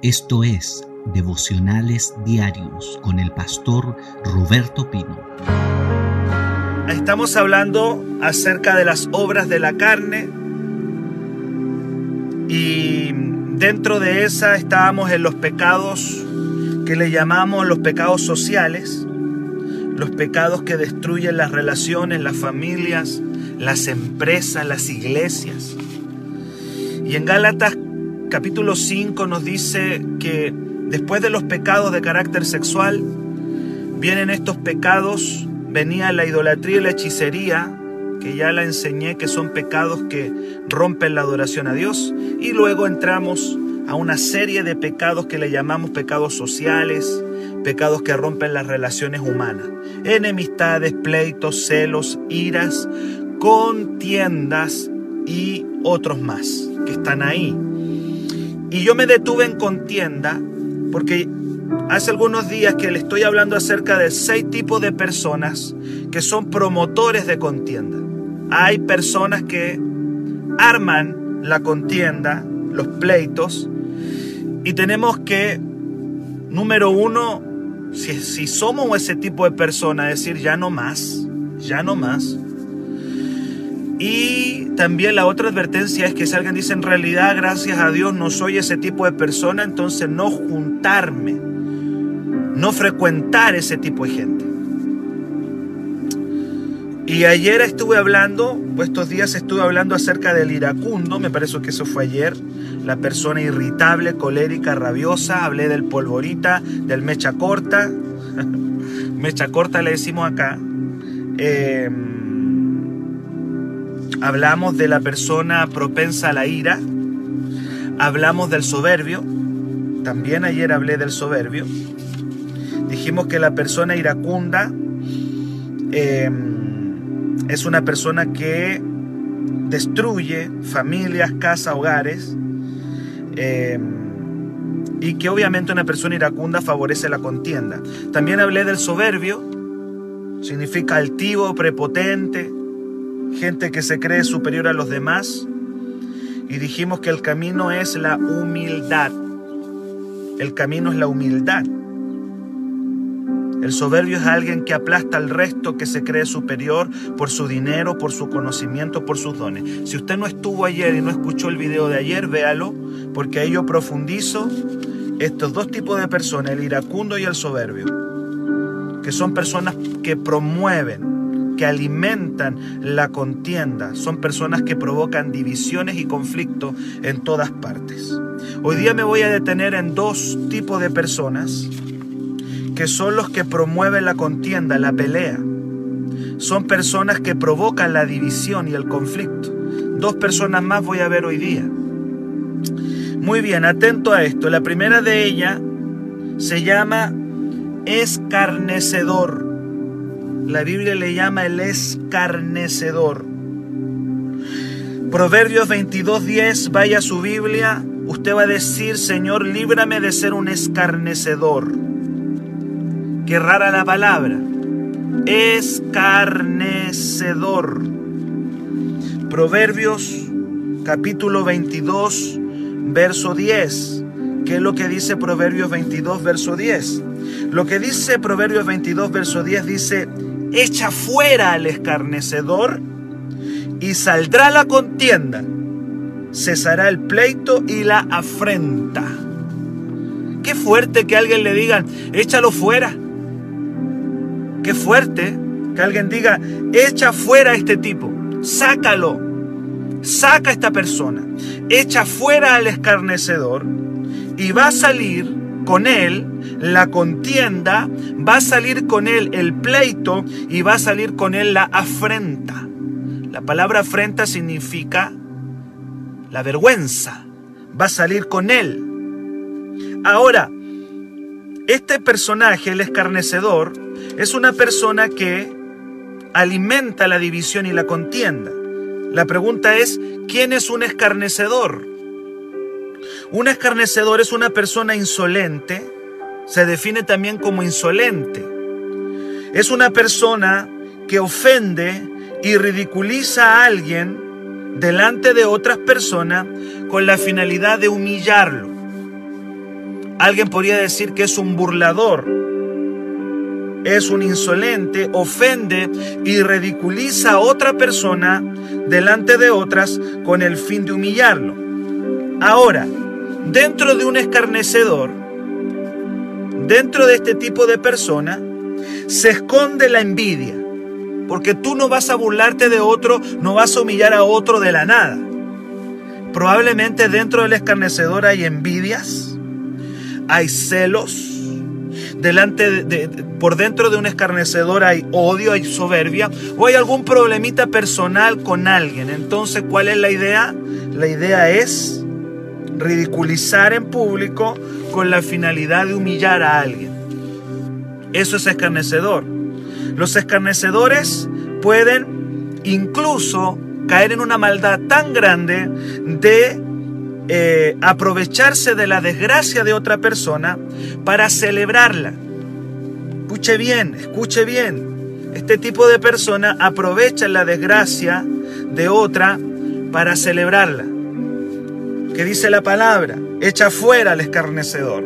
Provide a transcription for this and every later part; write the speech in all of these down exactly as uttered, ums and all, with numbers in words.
Esto es Devocionales Diarios con el pastor Roberto Pino. Estamos hablando acerca de las obras de la carne y dentro de esa estábamos en los pecados que le llamamos los pecados sociales, los pecados que destruyen las relaciones, las familias, las empresas, las iglesias. Y en Gálatas capítulo cinco nos dice que después de los pecados de carácter sexual, vienen estos pecados, venía la idolatría y la hechicería, que ya la enseñé que son pecados que rompen la adoración a Dios, y luego entramos a una serie de pecados que le llamamos pecados sociales, pecados que rompen las relaciones humanas, enemistades, pleitos, celos, iras, contiendas y otros más que están ahí. Y yo me detuve en contienda porque hace algunos días que le estoy hablando acerca de seis tipos de personas que son promotores de contienda. Hay personas que arman la contienda, los pleitos, y tenemos que, número uno, si, si somos ese tipo de persona, decir ya no más, ya no más. Y también la otra advertencia es que si alguien dice en realidad, gracias a Dios, no soy ese tipo de persona, entonces no juntarme, no frecuentar ese tipo de gente. Y ayer estuve hablando, pues estos días estuve hablando acerca del iracundo, me parece que eso fue ayer, la persona irritable, colérica, rabiosa, hablé del polvorita, del mecha corta, mecha corta le decimos acá, eh, hablamos de la persona propensa a la ira, hablamos del soberbio, también ayer hablé del soberbio, dijimos que la persona iracunda eh, es una persona que destruye familias, casas, hogares, eh, y que obviamente una persona iracunda favorece la contienda. También hablé del soberbio, significa altivo, prepotente, gente que se cree superior a los demás, y dijimos que el camino es la humildad. El camino es la humildad. El soberbio es alguien que aplasta al resto, que se cree superior por su dinero, por su conocimiento, por sus dones. Si usted no estuvo ayer y no escuchó el video de ayer, véalo, porque ahí yo profundizo estos dos tipos de personas, el iracundo y el soberbio, que son personas que promueven, que alimentan la contienda, son personas que provocan divisiones y conflictos en todas partes. Hoy día me voy a detener en dos tipos de personas que son los que promueven la contienda, la pelea. Son personas que provocan la división y el conflicto. Dos personas más voy a ver hoy día. Muy bien, atento a esto. La primera de ellas se llama escarnecedor. La Biblia le llama el escarnecedor. Proverbios veintidós diez, vaya a su Biblia. Usted va a decir, Señor, líbrame de ser un escarnecedor. Qué rara la palabra. Escarnecedor. Proverbios capítulo veintidós, verso diez. ¿Qué es lo que dice Proverbios veintidós, verso diez? Lo que dice Proverbios veintidós, verso diez dice: echa fuera al escarnecedor y saldrá la contienda, cesará el pleito y la afrenta. Qué fuerte que alguien le digan, échalo fuera. Qué fuerte que alguien diga, echa fuera a este tipo, sácalo, saca a esta persona, echa fuera al escarnecedor y va a salir con él la contienda, va a salir con él el pleito y va a salir con él la afrenta. La palabra afrenta significa la vergüenza, va a salir con él. Ahora, este personaje, el escarnecedor, es una persona que alimenta la división y la contienda. La pregunta es, ¿quién es un escarnecedor? Un escarnecedor es una persona insolente, se define también como insolente. Es una persona que ofende y ridiculiza a alguien delante de otras personas con la finalidad de humillarlo. Alguien podría decir que es un burlador, es un insolente, ofende y ridiculiza a otra persona delante de otras con el fin de humillarlo. Ahora, dentro de un escarnecedor, dentro de este tipo de persona, se esconde la envidia, porque tú no vas a burlarte de otro, no vas a humillar a otro de la nada. Probablemente dentro del escarnecedor hay envidias, hay celos, delante de, de, de, por dentro de un escarnecedor hay odio, hay soberbia, o hay algún problemita personal con alguien. Entonces, ¿cuál es la idea? La idea es ridiculizar en público con la finalidad de humillar a alguien. Eso es escarnecedor. Los escarnecedores pueden incluso caer en una maldad tan grande de eh, aprovecharse de la desgracia de otra persona para celebrarla. Escuche bien, escuche bien. Este tipo de persona aprovecha la desgracia de otra para celebrarla. ¿Qué dice la palabra? Echa fuera al escarnecedor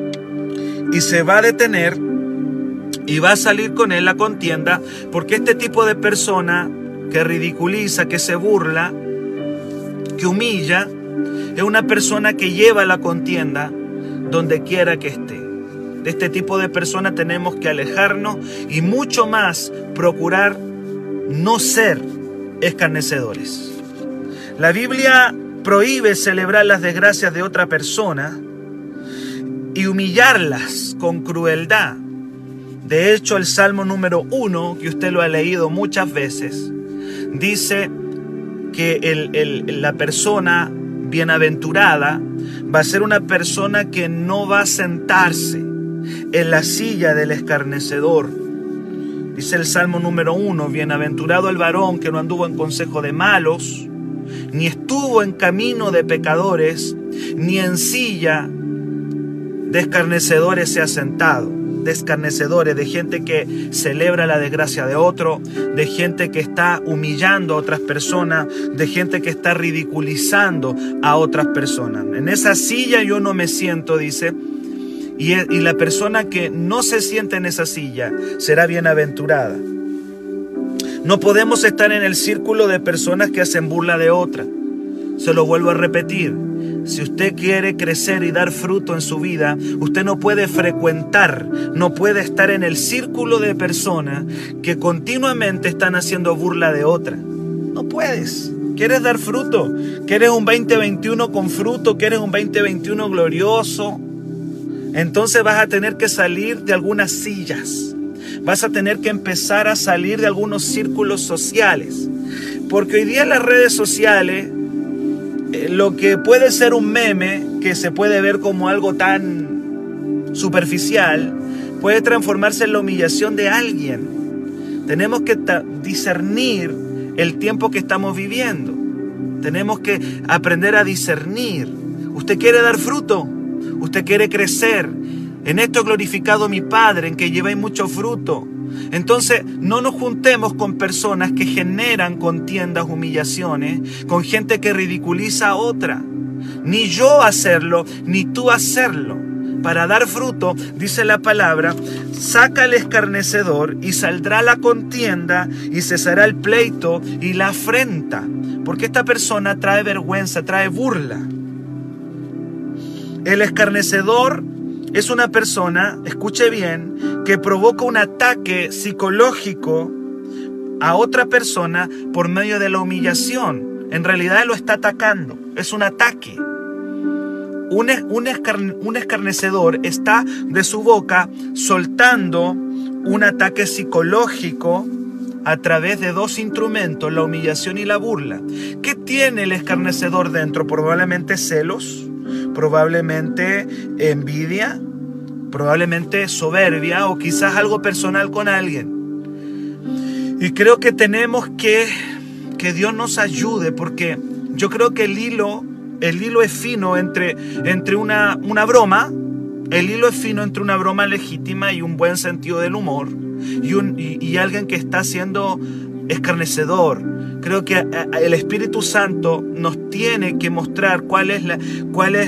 y se va a detener y va a salir con él la contienda, porque este tipo de persona que ridiculiza, que se burla, que humilla, es una persona que lleva la contienda donde quiera que esté. De este tipo de persona tenemos que alejarnos y mucho más procurar no ser escarnecedores. La Biblia prohíbe celebrar las desgracias de otra persona y humillarlas con crueldad. De hecho, el Salmo número uno, que usted lo ha leído muchas veces, dice que el, el, la persona bienaventurada va a ser una persona que no va a sentarse en la silla del escarnecedor. Dice el Salmo número uno, bienaventurado el varón que no anduvo en consejo de malos, ni estuvo en camino de pecadores, ni en silla de escarnecedores se ha sentado. De escarnecedores, de gente que celebra la desgracia de otro, de gente que está humillando a otras personas, de gente que está ridiculizando a otras personas. En esa silla yo no me siento, dice, y, y la persona que no se siente en esa silla será bienaventurada. No podemos estar en el círculo de personas que hacen burla de otra. Se lo vuelvo a repetir. Si usted quiere crecer y dar fruto en su vida, usted no puede frecuentar, no puede estar en el círculo de personas que continuamente están haciendo burla de otra. No puedes. ¿Quieres dar fruto? ¿Quieres un veinte veintiuno con fruto? ¿Quieres un veinte veintiuno glorioso? Entonces vas a tener que salir de algunas sillas. Vas a tener que empezar a salir de algunos círculos sociales. Porque hoy día en las redes sociales, lo que puede ser un meme, que se puede ver como algo tan superficial, puede transformarse en la humillación de alguien. Tenemos que discernir el tiempo que estamos viviendo. Tenemos que aprender a discernir. ¿Usted quiere dar fruto? ¿Usted quiere crecer? En esto he glorificado a mi Padre, en que llevéis mucho fruto. Entonces, no nos juntemos con personas que generan contiendas, humillaciones, con gente que ridiculiza a otra. Ni yo hacerlo, ni tú hacerlo. Para dar fruto, dice la palabra, saca al escarnecedor y saldrá la contienda y cesará el pleito y la afrenta. Porque esta persona trae vergüenza, trae burla. El escarnecedor es una persona, escuche bien, que provoca un ataque psicológico a otra persona por medio de la humillación. En realidad lo está atacando, es un ataque. Un, un, escarne, un escarnecedor está de su boca soltando un ataque psicológico a través de dos instrumentos, la humillación y la burla. ¿Qué tiene el escarnecedor dentro? Probablemente celos, probablemente envidia, probablemente soberbia o quizás algo personal con alguien. Y creo que tenemos que, que Dios nos ayude, porque yo creo que el hilo, el hilo es fino entre, entre una, una broma, el hilo es fino entre una broma legítima y un buen sentido del humor y, un, y, y alguien que está siendo escarnecedor. Creo que el Espíritu Santo nos tiene que mostrar cuál es, la, cuál es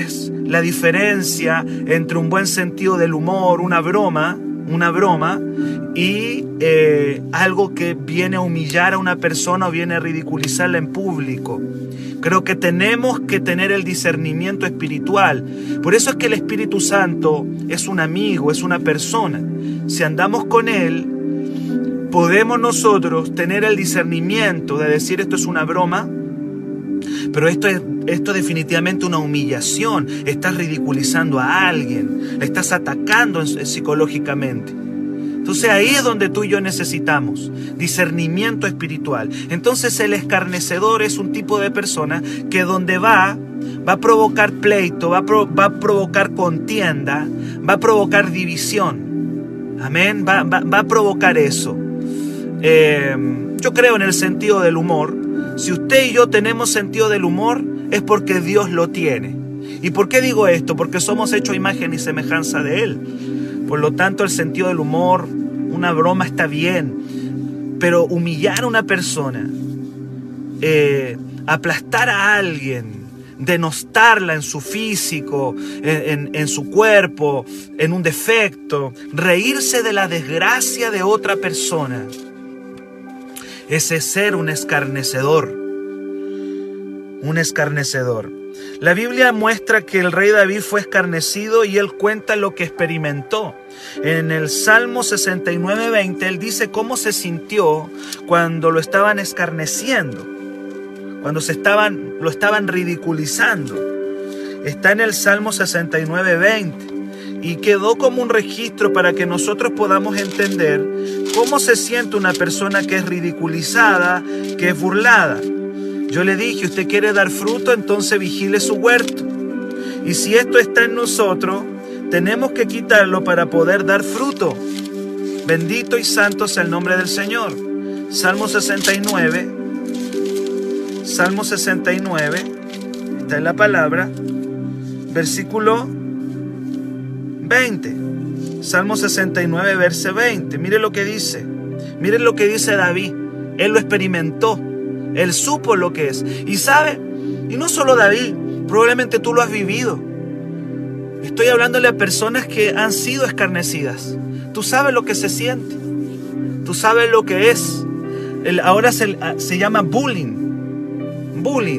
la diferencia entre un buen sentido del humor, una broma, una broma, y eh, algo que viene a humillar a una persona o viene a ridiculizarla en público. Creo que tenemos que tener el discernimiento espiritual. Por eso es que el Espíritu Santo es un amigo, es una persona. Si andamos con Él, podemos nosotros tener el discernimiento de decir esto es una broma, pero esto es, esto es definitivamente una humillación. Estás ridiculizando a alguien, le estás atacando psicológicamente. Entonces ahí es donde tú y yo necesitamos discernimiento espiritual. Entonces el escarnecedor es un tipo de persona que donde va, va a provocar pleito, va a, pro, va a provocar contienda, va a provocar división. Amén, va, va, va a provocar eso. Eh, yo creo en el sentido del humor. Si usted y yo tenemos sentido del humor, es porque Dios lo tiene. ¿Y por qué digo esto? Porque somos hechos a imagen y semejanza de Él. Por lo tanto, el sentido del humor, una broma está bien, pero humillar a una persona, eh, aplastar a alguien, denostarla en su físico, en, en, en su cuerpo, en un defecto, reírse de la desgracia de otra persona, ese es ser un escarnecedor, un escarnecedor. La Biblia muestra que el rey David fue escarnecido y él cuenta lo que experimentó. En el Salmo sesenta y nueve, veinte, él dice cómo se sintió cuando lo estaban escarneciendo, cuando se estaban, lo estaban ridiculizando. Está en el Salmo sesenta y nueve, veinte y quedó como un registro para que nosotros podamos entender cómo se siente una persona que es ridiculizada, que es burlada. Yo le dije, usted quiere dar fruto, entonces vigile su huerto. Y si esto está en nosotros, tenemos que quitarlo para poder dar fruto. Bendito y santo sea el nombre del Señor. Salmo sesenta y nueve. Salmo sesenta y nueve. Está en la palabra. Versículo veinte. Salmo sesenta y nueve, verso veinte. Mire lo que dice. Mire lo que dice David. Él lo experimentó. Él supo lo que es. Y sabe, y no solo David, probablemente tú lo has vivido. Estoy hablándole a personas que han sido escarnecidas. Tú sabes lo que se siente. Tú sabes lo que es. El, ahora se, se llama bullying. Bullying.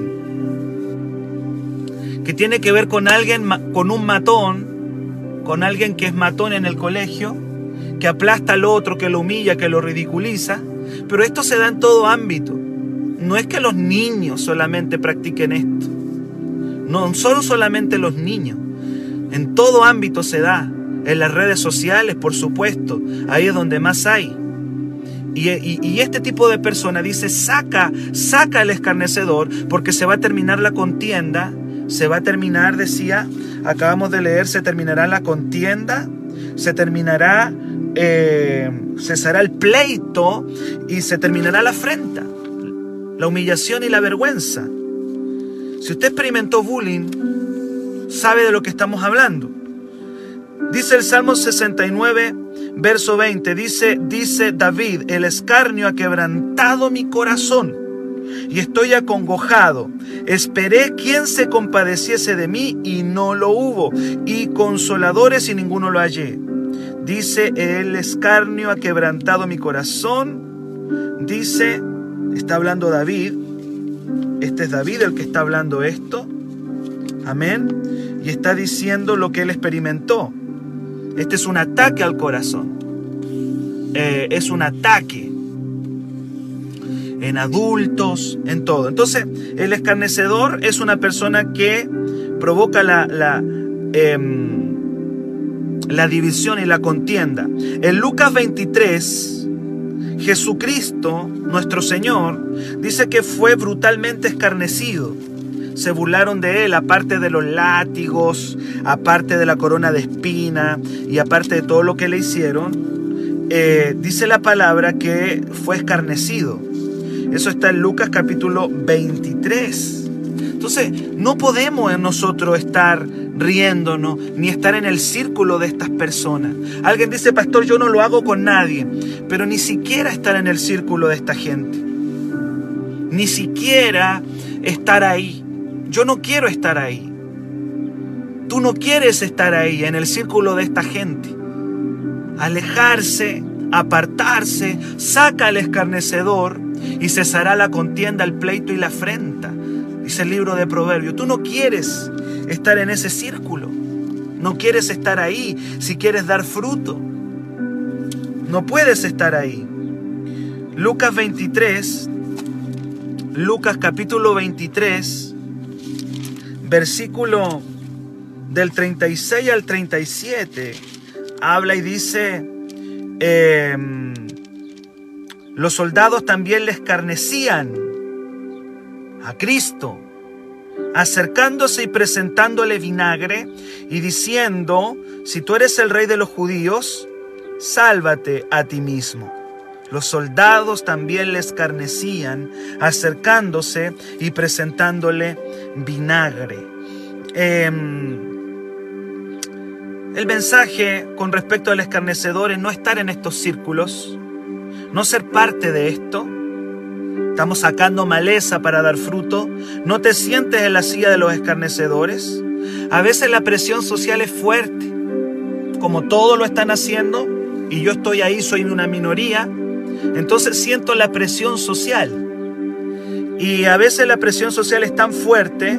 Que tiene que ver con alguien, con un matón, con alguien que es matón en el colegio, que aplasta al otro, que lo humilla, que lo ridiculiza. Pero esto se da en todo ámbito. No es que los niños solamente practiquen esto. No son solamente los niños. En todo ámbito se da. En las redes sociales, por supuesto. Ahí es donde más hay. Y, y, y este tipo de persona dice, saca, saca el escarnecedor, porque se va a terminar la contienda. Se va a terminar, decía, acabamos de leer, se terminará la contienda. Se terminará, eh, cesará el pleito y se terminará la afrenta. La humillación y la vergüenza. Si usted experimentó bullying, sabe de lo que estamos hablando. Dice el Salmo sesenta y nueve, verso veinte, dice, dice David, el escarnio ha quebrantado mi corazón y estoy acongojado. Esperé quien se compadeciese de mí y no lo hubo, y consoladores y ninguno lo hallé. Dice, el escarnio ha quebrantado mi corazón. Dice, está hablando David, este es David el que está hablando esto, amén, y está diciendo lo que él experimentó. Este es un ataque al corazón, eh, es un ataque en adultos, en todo. Entonces, el escarnecedor es una persona que provoca la, la, eh, la división y la contienda. En Lucas veintitrés, Jesucristo, nuestro Señor, dice que fue brutalmente escarnecido. Se burlaron de él, aparte de los látigos, aparte de la corona de espina y aparte de todo lo que le hicieron. Eh, dice la palabra que fue escarnecido. Eso está en Lucas capítulo veintitrés. Entonces, no podemos nosotros estar riéndonos ni estar en el círculo de estas personas. Alguien dice, pastor, yo no lo hago con nadie, pero ni siquiera estar en el círculo de esta gente. Ni siquiera estar ahí. Yo no quiero estar ahí. Tú no quieres estar ahí, en el círculo de esta gente. Alejarse, apartarse, saca al escarnecedor y cesará la contienda, el pleito y la afrenta. Dice el libro de Proverbios. Tú no quieres estar en ese círculo. No quieres estar ahí si quieres dar fruto. No puedes estar ahí. Lucas veintitrés, Lucas capítulo veintitrés, versículo del treinta y seis al treinta y siete, habla y dice, eh, los soldados también le escarnecían a Cristo, acercándose y presentándole vinagre y diciendo, si tú eres el rey de los judíos, sálvate a ti mismo. Los soldados también le escarnecían, acercándose y presentándole vinagre. Eh, el mensaje con respecto al escarnecedor es no estar en estos círculos, no ser parte de esto. Estamos sacando maleza para dar fruto. No te sientes en la silla de los escarnecedores. A veces la presión social es fuerte, como todos lo están haciendo, y yo estoy ahí, soy una minoría. Entonces siento la presión social. Y a veces la presión social es tan fuerte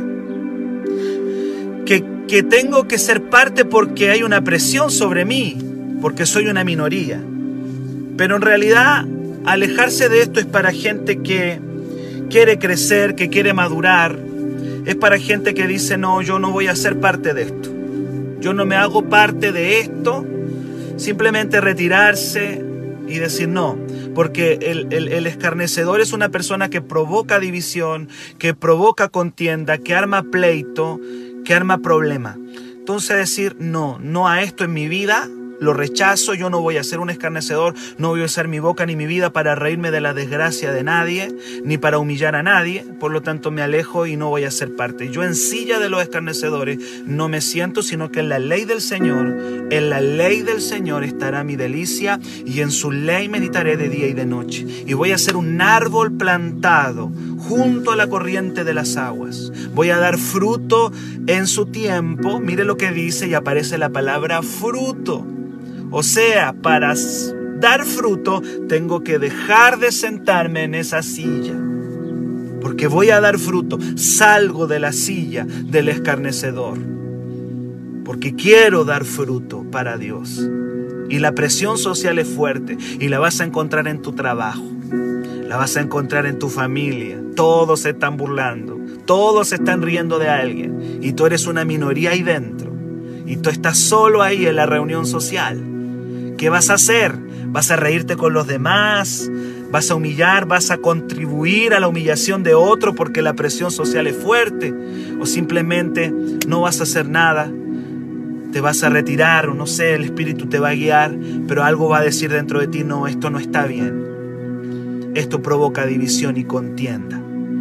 que, que tengo que ser parte porque hay una presión sobre mí, porque soy una minoría. Pero en realidad, alejarse de esto es para gente que quiere crecer, que quiere madurar. Es para gente que dice, no, yo no voy a ser parte de esto. Yo no me hago parte de esto. Simplemente retirarse y decir no. Porque el, el, el escarnecedor es una persona que provoca división, que provoca contienda, que arma pleito, que arma problema. Entonces decir no, no a esto en mi vida. Lo rechazo, yo no voy a ser un escarnecedor, no voy a usar mi boca ni mi vida para reírme de la desgracia de nadie, ni para humillar a nadie, por lo tanto me alejo y no voy a ser parte. Yo en silla de los escarnecedores no me siento, sino que en la ley del Señor, en la ley del Señor estará mi delicia y en su ley meditaré de día y de noche. Y voy a ser un árbol plantado junto a la corriente de las aguas. Voy a dar fruto en su tiempo. Mire lo que dice y aparece la palabra fruto. O sea, para dar fruto tengo que dejar de sentarme en esa silla. Porque voy a dar fruto. Salgo de la silla del escarnecedor. Porque quiero dar fruto para Dios. Y la presión social es fuerte. Y la vas a encontrar en tu trabajo. La vas a encontrar en tu familia. Todos se están burlando. Todos se están riendo de alguien. Y tú eres una minoría ahí dentro. Y tú estás solo ahí en la reunión social. ¿Qué vas a hacer? ¿Vas a reírte con los demás? ¿Vas a humillar? ¿Vas a contribuir a la humillación de otro porque la presión social es fuerte? ¿O simplemente no vas a hacer nada? ¿Te vas a retirar? O no sé, el Espíritu te va a guiar, pero algo va a decir dentro de ti, no, esto no está bien. Esto provoca división y contienda.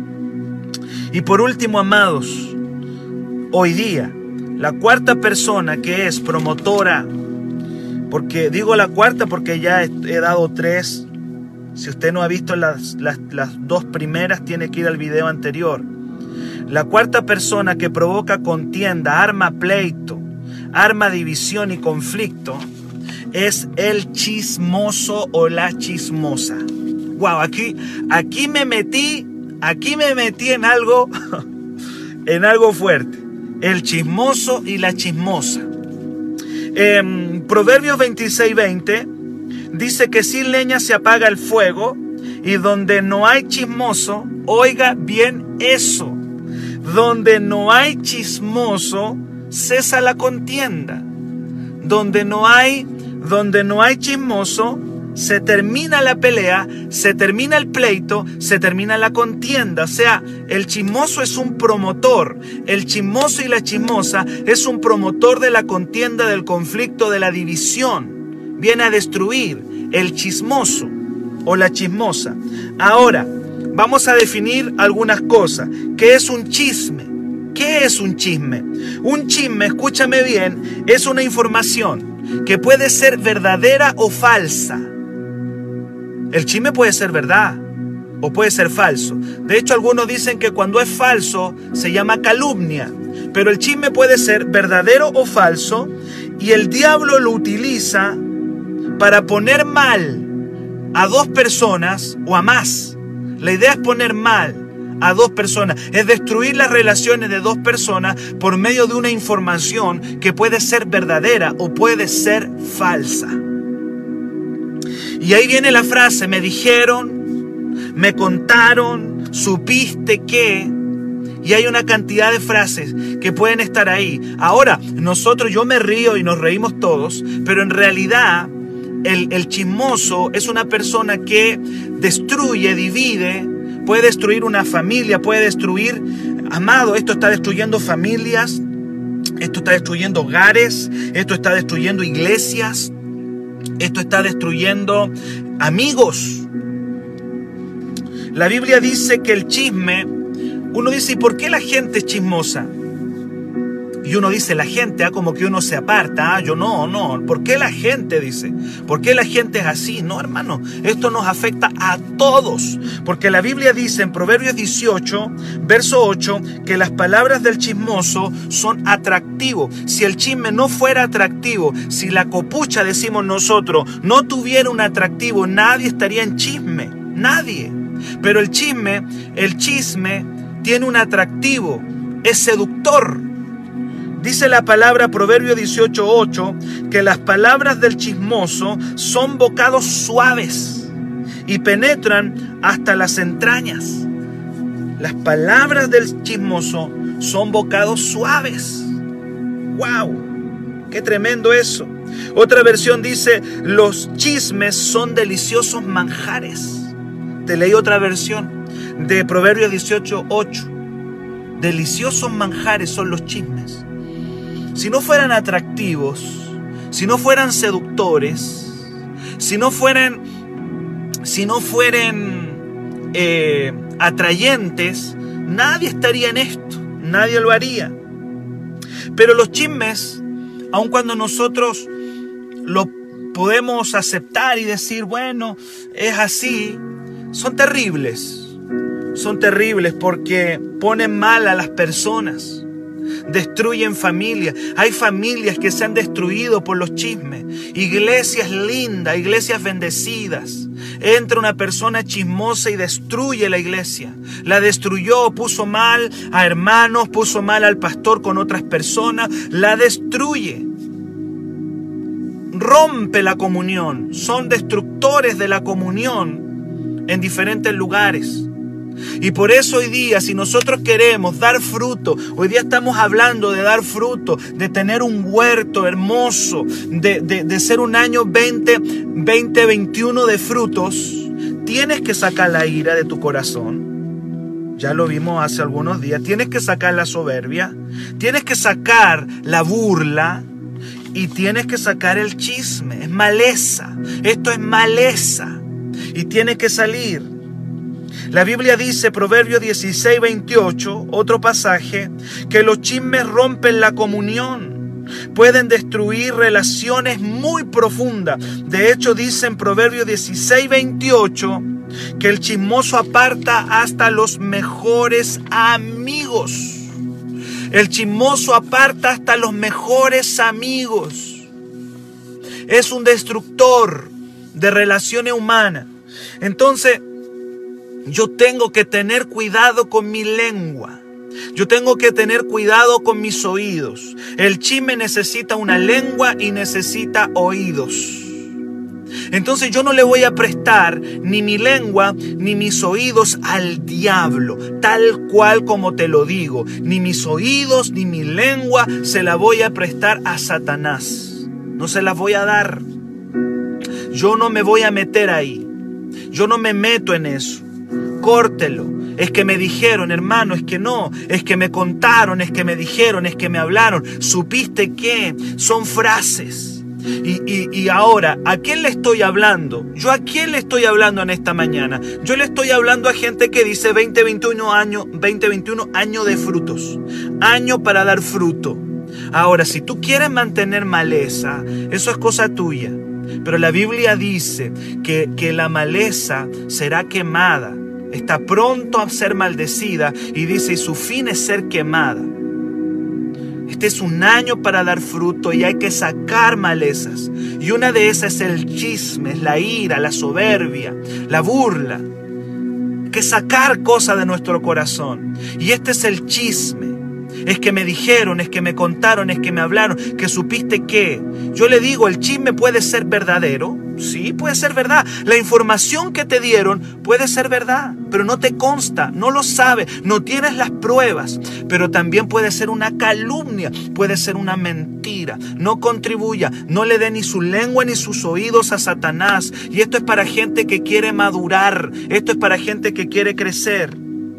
Y por último, amados, hoy día, la cuarta persona que es promotora, porque digo la cuarta porque ya he, he dado tres. Si usted no ha visto las, las, las dos primeras, tiene que ir al video anterior. La cuarta persona que provoca contienda, arma pleito, arma división y conflicto, es el chismoso o la chismosa. Wow, aquí, aquí me metí, aquí me metí en algo, en algo fuerte. El chismoso y la chismosa. Eh, Proverbios veintiséis veinte dice que sin leña se apaga el fuego y donde no hay chismoso, oiga bien eso, donde no hay chismoso cesa la contienda. Donde no hay, donde no hay chismoso se termina la pelea, se termina el pleito, se termina la contienda. O sea, el chismoso es un promotor. El chismoso y la chismosa es un promotor de la contienda, del conflicto, de la división. Viene a destruir el chismoso o la chismosa. Ahora, vamos a definir algunas cosas. ¿Qué es un chisme? ¿Qué es un chisme? Un chisme, escúchame bien, es una información que puede ser verdadera o falsa. El chisme puede ser verdad o puede ser falso. De hecho, algunos dicen que cuando es falso se llama calumnia. Pero el chisme puede ser verdadero o falso, y el diablo lo utiliza para poner mal a dos personas o a más. La idea es poner mal a dos personas, es destruir las relaciones de dos personas por medio de una información que puede ser verdadera o puede ser falsa. Y ahí viene la frase, me dijeron, me contaron, supiste que... Y hay una cantidad de frases que pueden estar ahí. Ahora, nosotros, yo me río y nos reímos todos, pero en realidad el, el chismoso es una persona que destruye, divide, puede destruir una familia, puede destruir, amado, esto está destruyendo familias, esto está destruyendo hogares, esto está destruyendo iglesias, esto está destruyendo amigos. La Biblia dice que el chisme, uno dice, ¿y por qué la gente es chismosa? Y uno dice, la gente, ah, como que uno se aparta, ah, yo no, no, ¿por qué la gente dice? ¿Por qué la gente es así? No, hermano, esto nos afecta a todos, porque la Biblia dice en Proverbios dieciocho, verso ocho, que las palabras del chismoso son atractivos. Si el chisme no fuera atractivo, si la copucha, decimos nosotros, no tuviera un atractivo, nadie estaría en chisme, nadie. Pero el chisme, el chisme tiene un atractivo, es seductor. Dice la palabra Proverbio dieciocho ocho que las palabras del chismoso son bocados suaves y penetran hasta las entrañas. Las palabras del chismoso son bocados suaves. ¡Wow! ¡Qué tremendo eso! Otra versión dice, los chismes son deliciosos manjares. Te leí otra versión de Proverbios dieciocho ocho. Deliciosos manjares son los chismes. Si no fueran atractivos, si no fueran seductores, si no fueran, si no fueran eh, atrayentes, nadie estaría en esto, nadie lo haría. Pero los chismes, aun cuando nosotros lo podemos aceptar y decir, bueno, es así, son terribles. Son terribles porque ponen mal a las personas, destruyen familias. Hay familias que se han destruido por los chismes. Iglesias lindas, iglesias bendecidas. Entra una persona chismosa y destruye la iglesia. La destruyó, puso mal a hermanos, puso mal al pastor con otras personas. La destruye. Rompe la comunión. Son destructores de la comunión en diferentes lugares. Y por eso hoy día, si nosotros queremos dar fruto, hoy día estamos hablando de dar fruto, de tener un huerto hermoso, de, de, de ser un año veinte veintiuno de frutos, tienes que sacar la ira de tu corazón. Ya lo vimos hace algunos días. Tienes que sacar la soberbia, tienes que sacar la burla y tienes que sacar el chisme. Es maleza, esto es maleza y tiene que salir. La Biblia dice, Proverbios dieciséis veintiocho, otro pasaje, que los chismes rompen la comunión, pueden destruir relaciones muy profundas. De hecho, dice en Proverbios dieciséis veintiocho que el chismoso aparta hasta los mejores amigos. El chismoso aparta hasta los mejores amigos. Es un destructor de relaciones humanas. Entonces, yo tengo que tener cuidado con mi lengua. Yo tengo que tener cuidado con mis oídos. El chisme necesita una lengua y necesita oídos. Entonces yo no le voy a prestar ni mi lengua ni mis oídos al diablo, tal cual como te lo digo. Ni mis oídos ni mi lengua se la voy a prestar a Satanás. No se las voy a dar. Yo no me voy a meter ahí. Yo no me meto en eso. Córtelo. Es que me dijeron, hermano, es que no, es que me contaron, es que me dijeron, es que me hablaron. ¿Supiste qué? Son frases. Y, y, y ahora, ¿a quién le estoy hablando? ¿Yo a quién le estoy hablando en esta mañana? Yo le estoy hablando a gente que dice veinte veintiuno años, veinte veintiuno año de frutos. Año para dar fruto. Ahora, si tú quieres mantener maleza, eso es cosa tuya. Pero la Biblia dice que, que la maleza será quemada. está pronto a ser maldecida y dice, y su fin es ser quemada. Este es un año para dar fruto y hay que sacar malezas. Y una de esas es el chisme, es la ira, la soberbia, la burla. Hay que sacar cosas de nuestro corazón. Y este es el chisme. Es que me dijeron, es que me contaron, es que me hablaron, que supiste que. Yo le digo, el chisme puede ser verdadero. Sí, puede ser verdad. La información que te dieron puede ser verdad, pero no te consta, no lo sabes, no tienes las pruebas. Pero también puede ser una calumnia, puede ser una mentira. No contribuya, no le dé ni su lengua ni sus oídos a Satanás. Y esto es para gente que quiere madurar, esto es para gente que quiere crecer.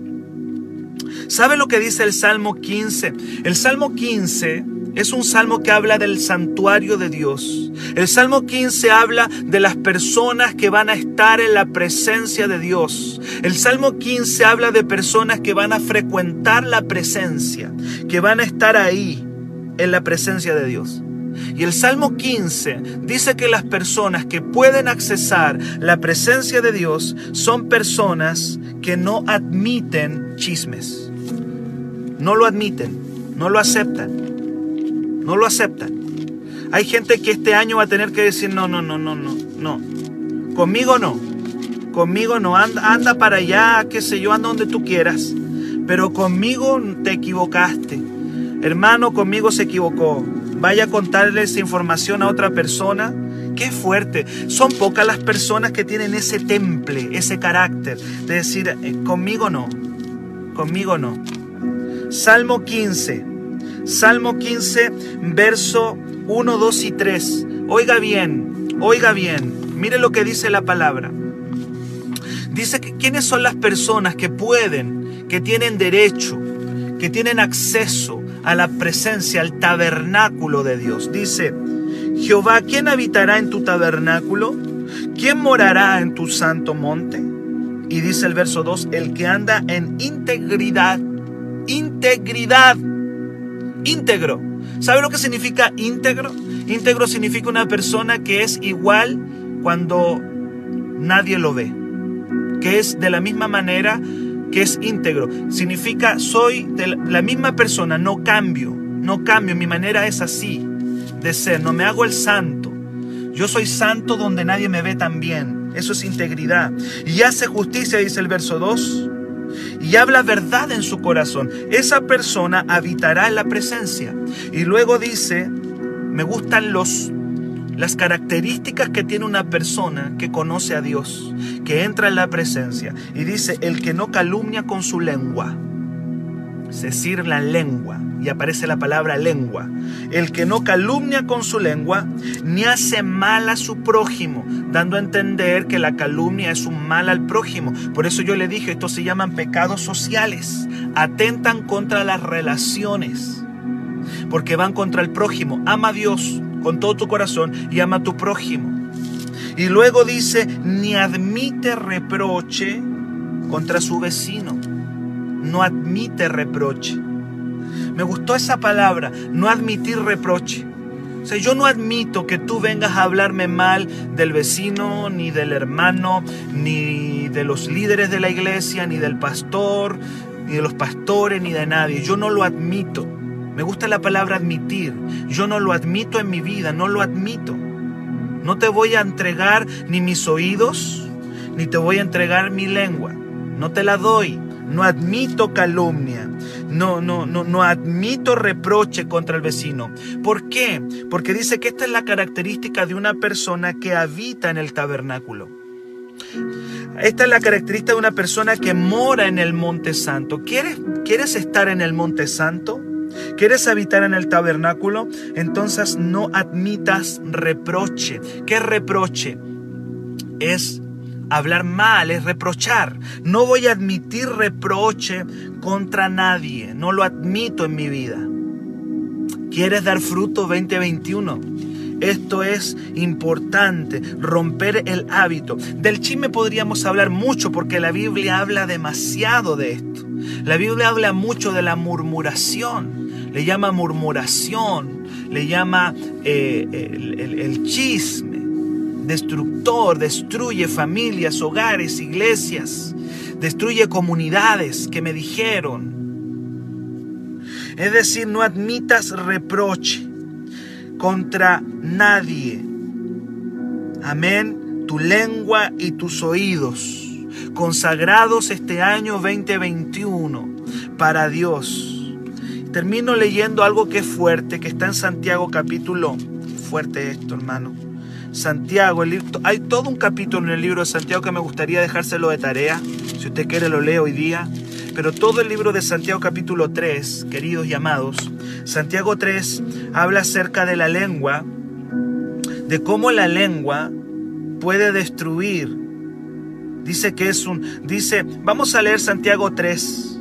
¿Sabe lo que dice el Salmo quince? El Salmo quince es un salmo que habla del santuario de Dios. El Salmo quince habla de las personas que van a estar en la presencia de Dios. El Salmo quince habla de personas que van a frecuentar la presencia, que van a estar ahí en la presencia de Dios. Y el Salmo quince dice que las personas que pueden accesar la presencia de Dios son personas que no admiten chismes. No lo admiten, no lo aceptan, no lo aceptan. Hay gente que este año va a tener que decir, no, no, no, no, no, no. Conmigo no, conmigo no, anda, anda para allá, qué sé yo, anda donde tú quieras. Pero conmigo te equivocaste. Hermano, conmigo se equivocó. Vaya a contarle esa información a otra persona. Qué fuerte. Son pocas las personas que tienen ese temple, ese carácter de decir, eh, conmigo no, conmigo no. Salmo quince, Salmo quince, verso uno, dos y tres. Oiga bien, oiga bien, mire lo que dice la palabra. Dice que quiénes son las personas que pueden, que tienen derecho, que tienen acceso a la presencia, al tabernáculo de Dios. Dice, Jehová, ¿quién habitará en tu tabernáculo? ¿Quién morará en tu santo monte? Y dice el verso dos, el que anda en integridad. Integridad, íntegro. ¿Sabe lo que significa íntegro? Íntegro significa una persona que es igual cuando nadie lo ve, que es de la misma manera, que es íntegro. Significa soy de la misma persona, no cambio, no cambio, mi manera es así de ser, no me hago el santo. Yo soy santo donde nadie me ve tan bien. Eso es integridad. Y hace justicia, dice el verso dos. Y habla verdad en su corazón. Esa persona habitará en la presencia. Y luego dice, me gustan los, las características que tiene una persona que conoce a Dios, que entra en la presencia. Y dice, el que no calumnia con su lengua. Es decir, la lengua. Y aparece la palabra lengua. El que no calumnia con su lengua, ni hace mal a su prójimo, dando a entender que la calumnia es un mal al prójimo. Por eso yo le dije, estos se llaman pecados sociales. Atentan contra las relaciones, porque van contra el prójimo. Ama a Dios con todo tu corazón y ama a tu prójimo. Y luego dice, ni admite reproche contra su vecino. No admite reproche. Me gustó esa palabra, no admitir reproche. O sea, yo no admito que tú vengas a hablarme mal del vecino, ni del hermano, ni de los líderes de la iglesia, ni del pastor, ni de los pastores, ni de nadie. Yo no lo admito. Me gusta la palabra admitir. Yo no lo admito en mi vida, no lo admito. No te voy a entregar ni mis oídos, ni te voy a entregar mi lengua. No te la doy. No admito calumnia, no, no, no, no admito reproche contra el vecino. ¿Por qué? Porque dice que esta es la característica de una persona que habita en el tabernáculo. Esta es la característica de una persona que mora en el Monte Santo. ¿Quieres, ¿Quieres estar en el Monte Santo? ¿Quieres habitar en el tabernáculo? Entonces no admitas reproche. ¿Qué es reproche? Es hablar mal, es reprochar. No voy a admitir reproche contra nadie. No lo admito en mi vida. ¿Quieres dar fruto veinte veintiuno? Esto es importante, romper el hábito. Del chisme podríamos hablar mucho porque la Biblia habla demasiado de esto. La Biblia habla mucho de la murmuración. Le llama murmuración, le llama eh, el, el, el chisme. Destructor, destruye familias, hogares, iglesias. destruye comunidades que me dijeron. Es decir, no admitas reproche contra nadie. Amén. Tu lengua y tus oídos consagrados este año veinte veintiuno para Dios. Termino leyendo algo que es fuerte, que está en Santiago capítulo. Qué fuerte esto, hermano. Santiago, el libro, hay todo un capítulo en el libro de Santiago que me gustaría dejárselo de tarea. Si usted quiere lo lee hoy día. Pero todo el libro de Santiago capítulo tres, queridos y amados, Santiago tres habla acerca de la lengua, de cómo la lengua puede destruir. Dice que es un... Dice, vamos a leer Santiago tres.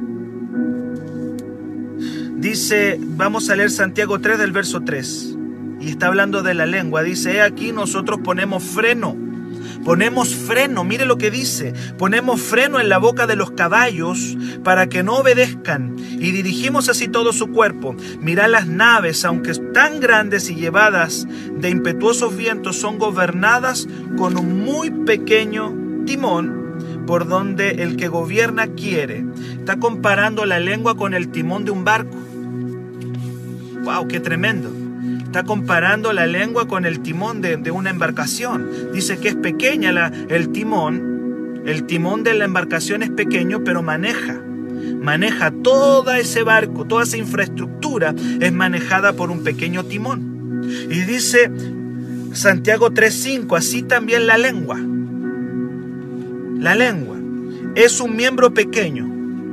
Dice, vamos a leer Santiago tres del verso tres. Y está hablando de la lengua. Dice, he aquí nosotros ponemos freno. Ponemos freno, mire lo que dice. Ponemos freno en la boca de los caballos para que no obedezcan. Y dirigimos así todo su cuerpo. Mirad las naves, aunque tan grandes y llevadas de impetuosos vientos, son gobernadas con un muy pequeño timón por donde el que gobierna quiere. Está comparando la lengua con el timón de un barco. ¡Wow! ¡Qué tremendo! Está comparando la lengua con el timón de, de una embarcación. Dice que es pequeña la, el timón. El timón de la embarcación es pequeño, pero maneja. Maneja todo ese barco, toda esa infraestructura es manejada por un pequeño timón. Y dice Santiago tres cinco, así también la lengua. La lengua es un miembro pequeño,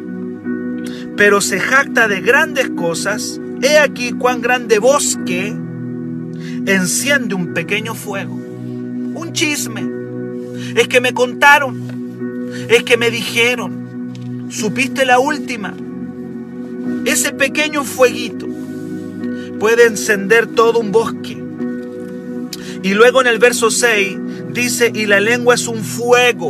pero se jacta de grandes cosas. He aquí cuán grande bosque enciende un pequeño fuego. Un chisme. Es que me contaron. Es que me dijeron. ¿Supiste la última? Ese pequeño fueguito puede encender todo un bosque. Y luego en el verso seis dice, y la lengua es un fuego,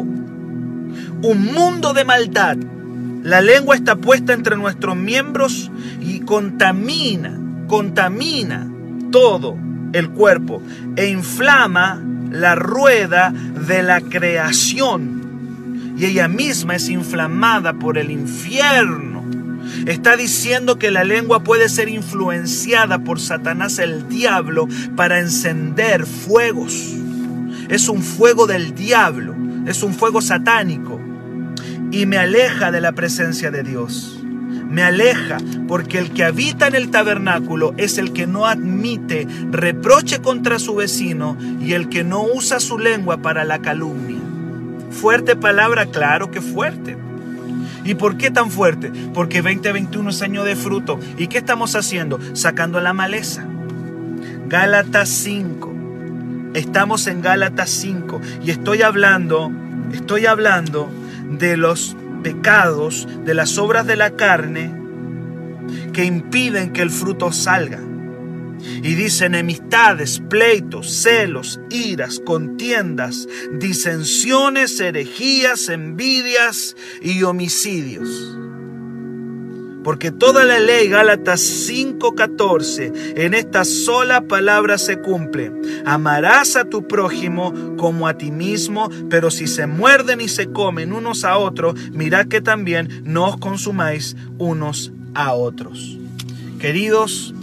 un mundo de maldad. La lengua está puesta entre nuestros miembros y contamina, contamina todo el cuerpo e inflama la rueda de la creación. Y ella misma es inflamada por el infierno. Está diciendo que la lengua puede ser influenciada por Satanás, el diablo, para encender fuegos. Es un fuego del diablo, es un fuego satánico. Y me aleja de la presencia de Dios. Me aleja porque el que habita en el tabernáculo es el que no admite reproche contra su vecino y el que no usa su lengua para la calumnia. Fuerte palabra, claro que fuerte. ¿Y por qué tan fuerte? Porque veinte veintiuno es año de fruto. ¿Y qué estamos haciendo? Sacando la maleza. Gálatas cinco. Estamos en Gálatas cinco y estoy hablando, estoy hablando de los pecados, de las obras de la carne que impiden que el fruto salga. Y dice enemistades, pleitos, celos, iras, contiendas, disensiones, herejías, envidias y homicidios. Porque toda la ley, Gálatas cinco catorce, en esta sola palabra se cumple. Amarás a tu prójimo como a ti mismo, pero si se muerden y se comen unos a otros, mirad que también no os consumáis unos a otros. Queridos,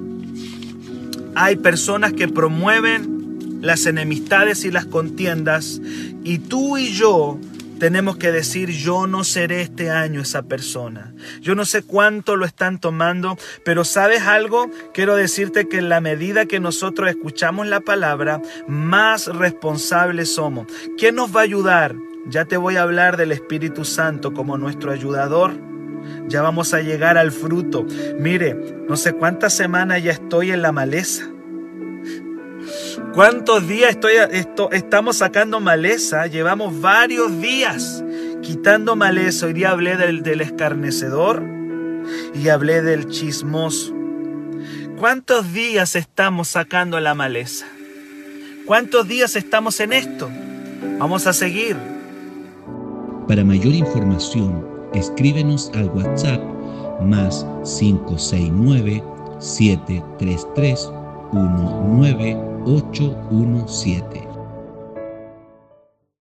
hay personas que promueven las enemistades y las contiendas, y tú y yo tenemos que decir, yo no seré este año esa persona. Yo no sé cuánto lo están tomando, pero ¿sabes algo? Quiero decirte que en la medida que nosotros escuchamos la palabra, más responsables somos. ¿Quién nos va a ayudar? Ya te voy a hablar del Espíritu Santo como nuestro ayudador. Ya vamos a llegar al fruto. Mire, no sé cuántas semanas ya estoy en la maleza. ¿Cuántos días estoy, esto, estamos sacando maleza? Llevamos varios días quitando maleza. Hoy día hablé del, del escarnecedor y hablé del chismoso. ¿Cuántos días estamos sacando la maleza? ¿Cuántos días estamos en esto? Vamos a seguir. Para mayor información, escríbenos al WhatsApp más cinco seis nueve, siete tres tres, uno nueve ocho uno siete.